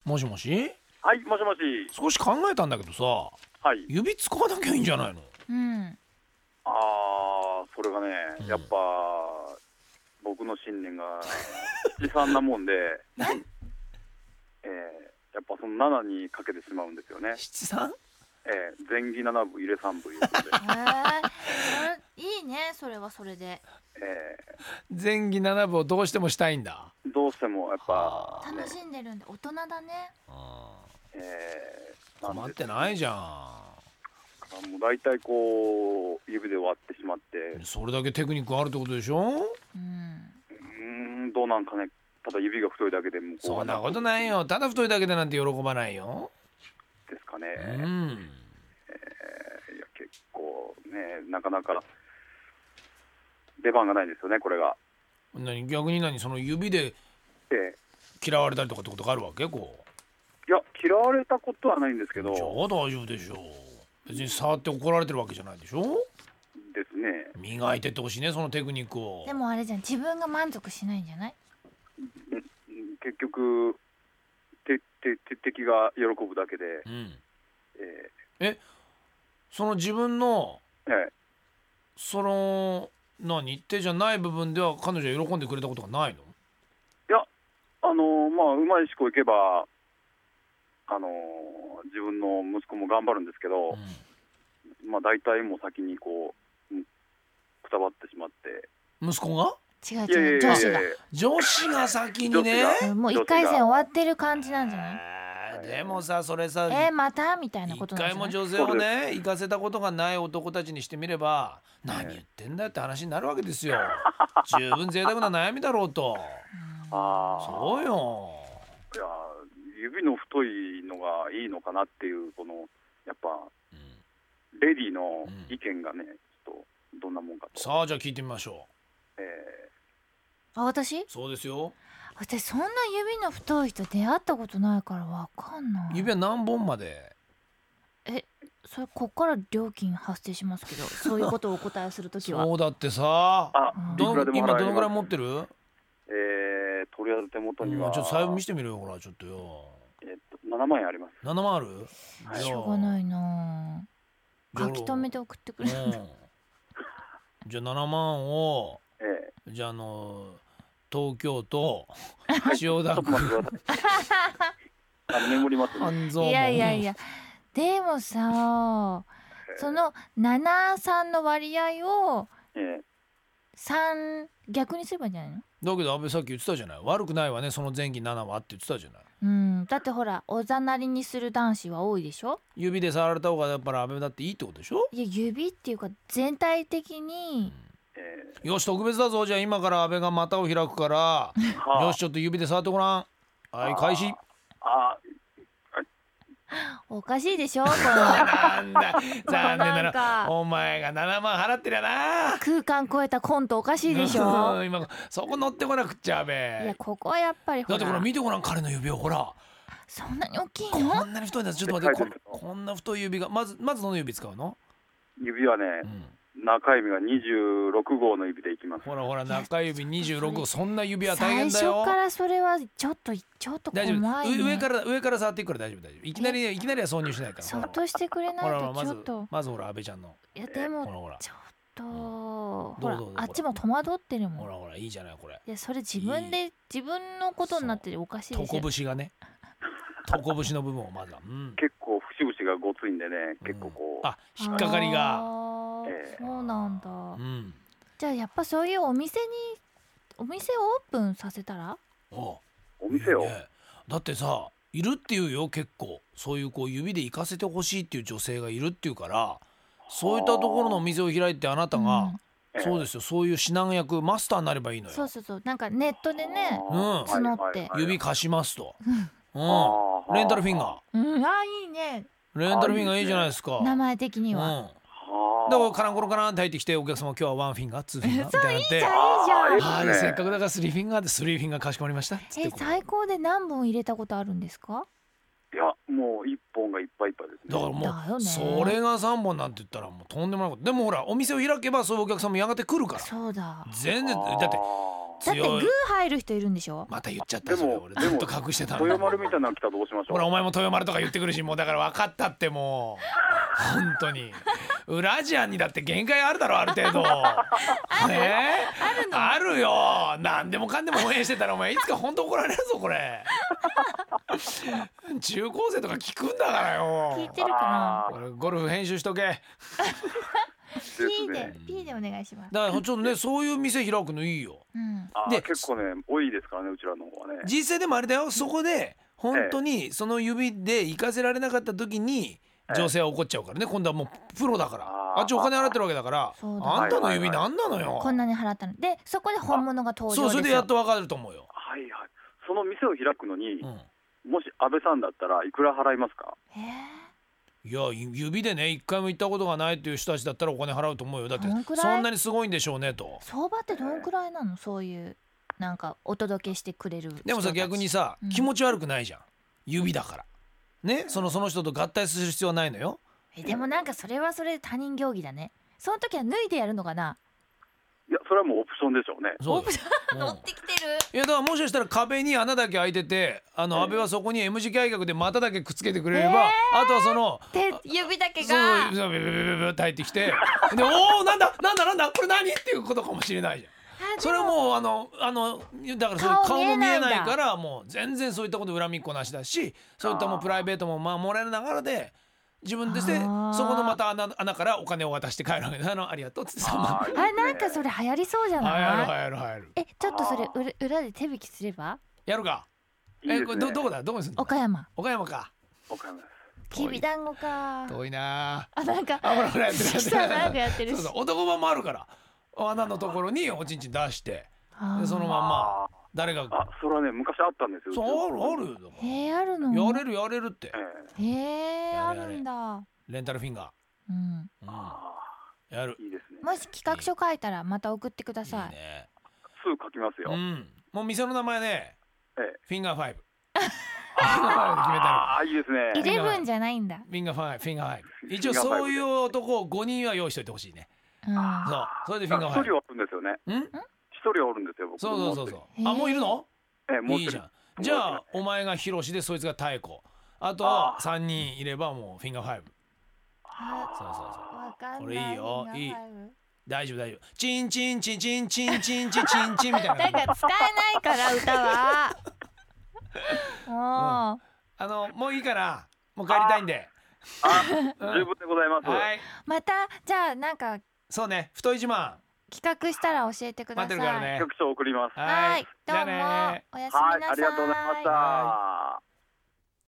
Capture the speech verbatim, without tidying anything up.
もしもし。 はい、もしもし。 少し考えたんだけどさ、 はい。 指使わなきゃいいんじゃないの？ うんああ、それがね、 うんやっぱ僕の信念が悲惨なもんで、えー、やっぱそのななにかけてしまうんですよね。 七三？ えー、前儀ななぶ入れさんぶいうことで、 へえそれいいね。それはそれでえ前儀七部をどうしてもしたいんだ。 ー、どうしてもやっぱ、ね楽しんでるんで大人だね。 あえー、 ー困ってい。 ないじゃん。 もう大体こう指で割ってしまって、 それだけテクニックあるってことでしょ？ うんうーん、どうなんかね、ただ指が太いだけでもこうそんなことないよ。ただ太いだけでなんて喜ばないよ。 ですかね。 うん。 えー、いや結構ね、なかなか出番がないんですよね、これが。 何逆に何その指でえ嫌われたりとかってことがあるわけ？こう。 ー、いや嫌われたことはないんですけど、 じゃあ大丈夫でしょう。別に触って怒られてるわけじゃないでしょ？ ですね。 磨いてってほしいね、そのテクニックを。 でもあれじゃん、自分が満足しないんじゃない？ うん結局ててて敵が喜ぶだけで、 うん。 えその自分のーえその何手じゃない部分では彼女は喜んでくれたことがないの？ ー、いやあのーまあうまいしこいけばあのー自分の息子も頑張るんですけど、まあ大体もう先にこううんくたばってしまって、 うん、息子が違ういやいや違う、 いやいや女子が女子が先にね。 女子がうんもう一回戦終わってる感じなんじゃない？ えーでもさそれさえー、またみたいなこ一となんじゃない？ 回も女性をね行かせたことがない男たちにしてみれば何言ってんだって話になるわけですよ。十分贅沢な悩みだろうと。 ああそうよ。 いや指の太いのがいいのかなっていうこのやっぱうんレディーの意見がね、ちょっとどんなもんかと。 さあじゃあ聞いてみましょえあ、私う。そうですよ。 私そんな指の太い人出会ったことないからわかんない。 指は何本まで？ え、それこっから料金発生しますけど、そういうことをお答えするときはそうだってさー、あ、 うんどいくらでも今どのぐらい払えます。 持ってる？ えー、とりあえず手元には、 うんちょっと財布見せてみるよほらちょっとよ。 えーっとななまん円あります。 ななまんある？ はいしょうがないなぁ。書き留めて送ってくれる。 うんじゃあななまんをえじゃああの東京都千代ー、ちょ田区っと待ってください。あのメモりますね。 半蔵門。 いやいやいや、でもさ、そのななさんの割合をえさん逆にすればいいんじゃないの？ だけど安倍さっき言ってたじゃない。悪くないわねその前期ななはって言ってたじゃない。 うん、だってほらおざなりにする男子は多いでしょ。 指で触られた方がやっぱり安倍だっていいってことでしょ。 いや指っていうか全体的にーえよし特別だぞ。じゃあ今から安倍が股を開くからー、はあよしちょっと指で触ってごらん。はい開始。 あおかしいでしょこのなんだ残念だなんな。 かお前がななまん払ってりゃな。 空間超えたコントおかしいでしょ。 うん今そこ乗ってこなくっちゃ安いや倍。 ここはやっぱりほだってほらら見てごらん彼の指をほらそんなに大きいこの？ んなに太いんだ。ちょっと待ってこんこんな太い指がまずまずどの指使うの？ 指はね、 うん、 中指がにじゅうろくごうの指でいきます。 ほらほら中指にじゅうろくそれそんな指は大最初変だよ。 からそれはちょっとちょっと怖大丈夫いね。 上上から上から触っていくから大丈夫大丈夫。いきなりいきなりは挿入しないから。 そっとしてくれないとほらほらまずちょっと。 まずほら安倍ちゃんのいやでもほらほらちょっとほらどうどうどうあっちも戸惑ってるもん。 ほらほらいいじゃないこれ。 いやそれ自分で自分のことになってるおかしいです床よ。 節がね床節の部分をまずは、うん、 結構節々がごついんでね、結構こう、 あ引っかかりが、 あーええそうなんだ。 うん、 じゃあやっぱそういうお店にお店をオープンさせたら？ おお店を、 いいね。だってさいるっていうよ結構そういうこう指で行かせてほしいっていう女性がいるっていうからそういったところのお店を開いてあなたが、 うんええそうですよそういう指南役マスターになればいいのよ。 そうそうそうなんかネットでね。 うん募って指貸しますと、うん、 あーレンタルフィンガうん、あいいねーレンタルフィンガーいいじゃないですか。 名前的には。 うんはだからカランコロカランって入ってきてお客様今日はワンフィンガーツーフィンガーみたいになっていいじゃんいいじゃん。 あーはい、 ですねせっかくだからスリーフィンガーでスリーフィンガーかしこまりましたっつってえこう最高で何本入れたことあるんですか？ いやもう一本がいっぱいいっぱいですね。 だからもだよねうそれがさんぼんなんて言ったらもうとんでもないこと。でもほらお店を開けばそういうお客さんもやがて来るからそうだ。 全然だってだってグー入る人いるんでしょ。 また言っちゃった。それ俺でもずっと隠してたの。 豊丸みたいなの来たらどうしましょう。 ほらお前も豊丸とか言ってくるし、もうだから分かったってもう本当にウラジアンにだって限界あるだろある程度。ねあるの。 あるよ。何でもかんでも応援してたらお前いつか本当怒られるぞこれ。中高生とか聞くんだからよ。 聞いてるかな。 俺ゴルフ編集しとけ。 P で P でお願いします。 だからちょっとねそういう店開くのいいよ。 うん。 で結構ね多いですからねうちらの方はね。 実際でもあれだよ、そこで本当にその指で行かせられなかった時に女性は怒っちゃうからね。今度はもうプロだからあっちお金払ってるわけだから、あんたの指何なのよ。 こんなに払ったのでそこで本物が登場ですよ。 そうそれでやっとわかると思うよ。 はいはい。その店を開くのに、 うん、 もし安倍さんだったらいくら払いますか。 へいや指でね一回も行ったことがないっていう人たちだったらお金払うと思うよ。だってどんくらいそんなにすごいんでしょうねと。 相場ってどんくらいなの。そういうなんかお届けしてくれる人たち。 でもさ逆にさ、うん、気持ち悪くないじゃん指だからね。そのその人と合体する必要はないのよ。 えでもなんかそれはそれで他人行儀だね。その時は脱いでやるのかな。 いやそれはもうオプションでしょうね。 オプション乗ってきてる。 いやだからもしかしたら壁に穴だけ開いててあの、うん、安倍はそこに M 字開脚で股だけくっつけてくれれば、えー、あとはそので指だけがそうビビビビビって入ってきてでおおなんだなんだなんだこれ何っていうことかもしれないじゃん。それはもうあのあのだからそれ顔も見えないからもう全然そういったこと恨みっこなしだし、そういったもうプライベートもまあもらえるながらで自分でしてそこのまた 穴, 穴からお金を渡して帰るわけで、あのありがとうっつってさあれなんかそれ流行りそうじゃない。 流行る流行る流行る。 えちょっとそれ裏裏で手引きすればやるか。 いいですね、 えこれ ど, どこだどこにするの。 岡山。 岡山か。 岡山です。 きびだんごか。 遠いなあなんかあほらほらやってるやってるなんかやってるしそうそう男版もあるから穴のところにおちんちん出してでそのまんま誰があそれはね昔あったんですよ。 そうあるあるへえあるの。 やれるやれるって。 へえあるんだ。 レンタルフィンガー。うん、うん、やる。 いいですね。 もし企画書書いたらまた送ってください。いいね。すぐ書きますよ。 うん。もう店の名前で、ええ、フィンガーファイブ。 ああいいですね。 イレブンじゃないんだ。 フィンガーファイブ、フィンガーファイブ。一応そういう男をごにんは用意しといてほしいね。うん、そうそれでフィンガーファイブ。 一人おるんですよね。ん？一人おるんですよ。僕。 そうそうそうそう。あもういるの？ ええもういいじゃん。じゃあお前がヒロシでそいつがタエコ。あとはさんにんいればもうフィンガーファイブ。そうそうそう。これいいよいい。大丈夫大丈夫。チンチンチンチンチンチンチンチンチンみたいな。 なんか使えないから歌は。もう、うん、 あのもういいからもう帰りたいんで。 あ、十分でございます。 はい。 またじゃあなんかそうね太い自慢企画したら教えてください。 待ってるからね。 企画書送ります。 はい。どうもおやすみなさい。 はい、ありがとうございました。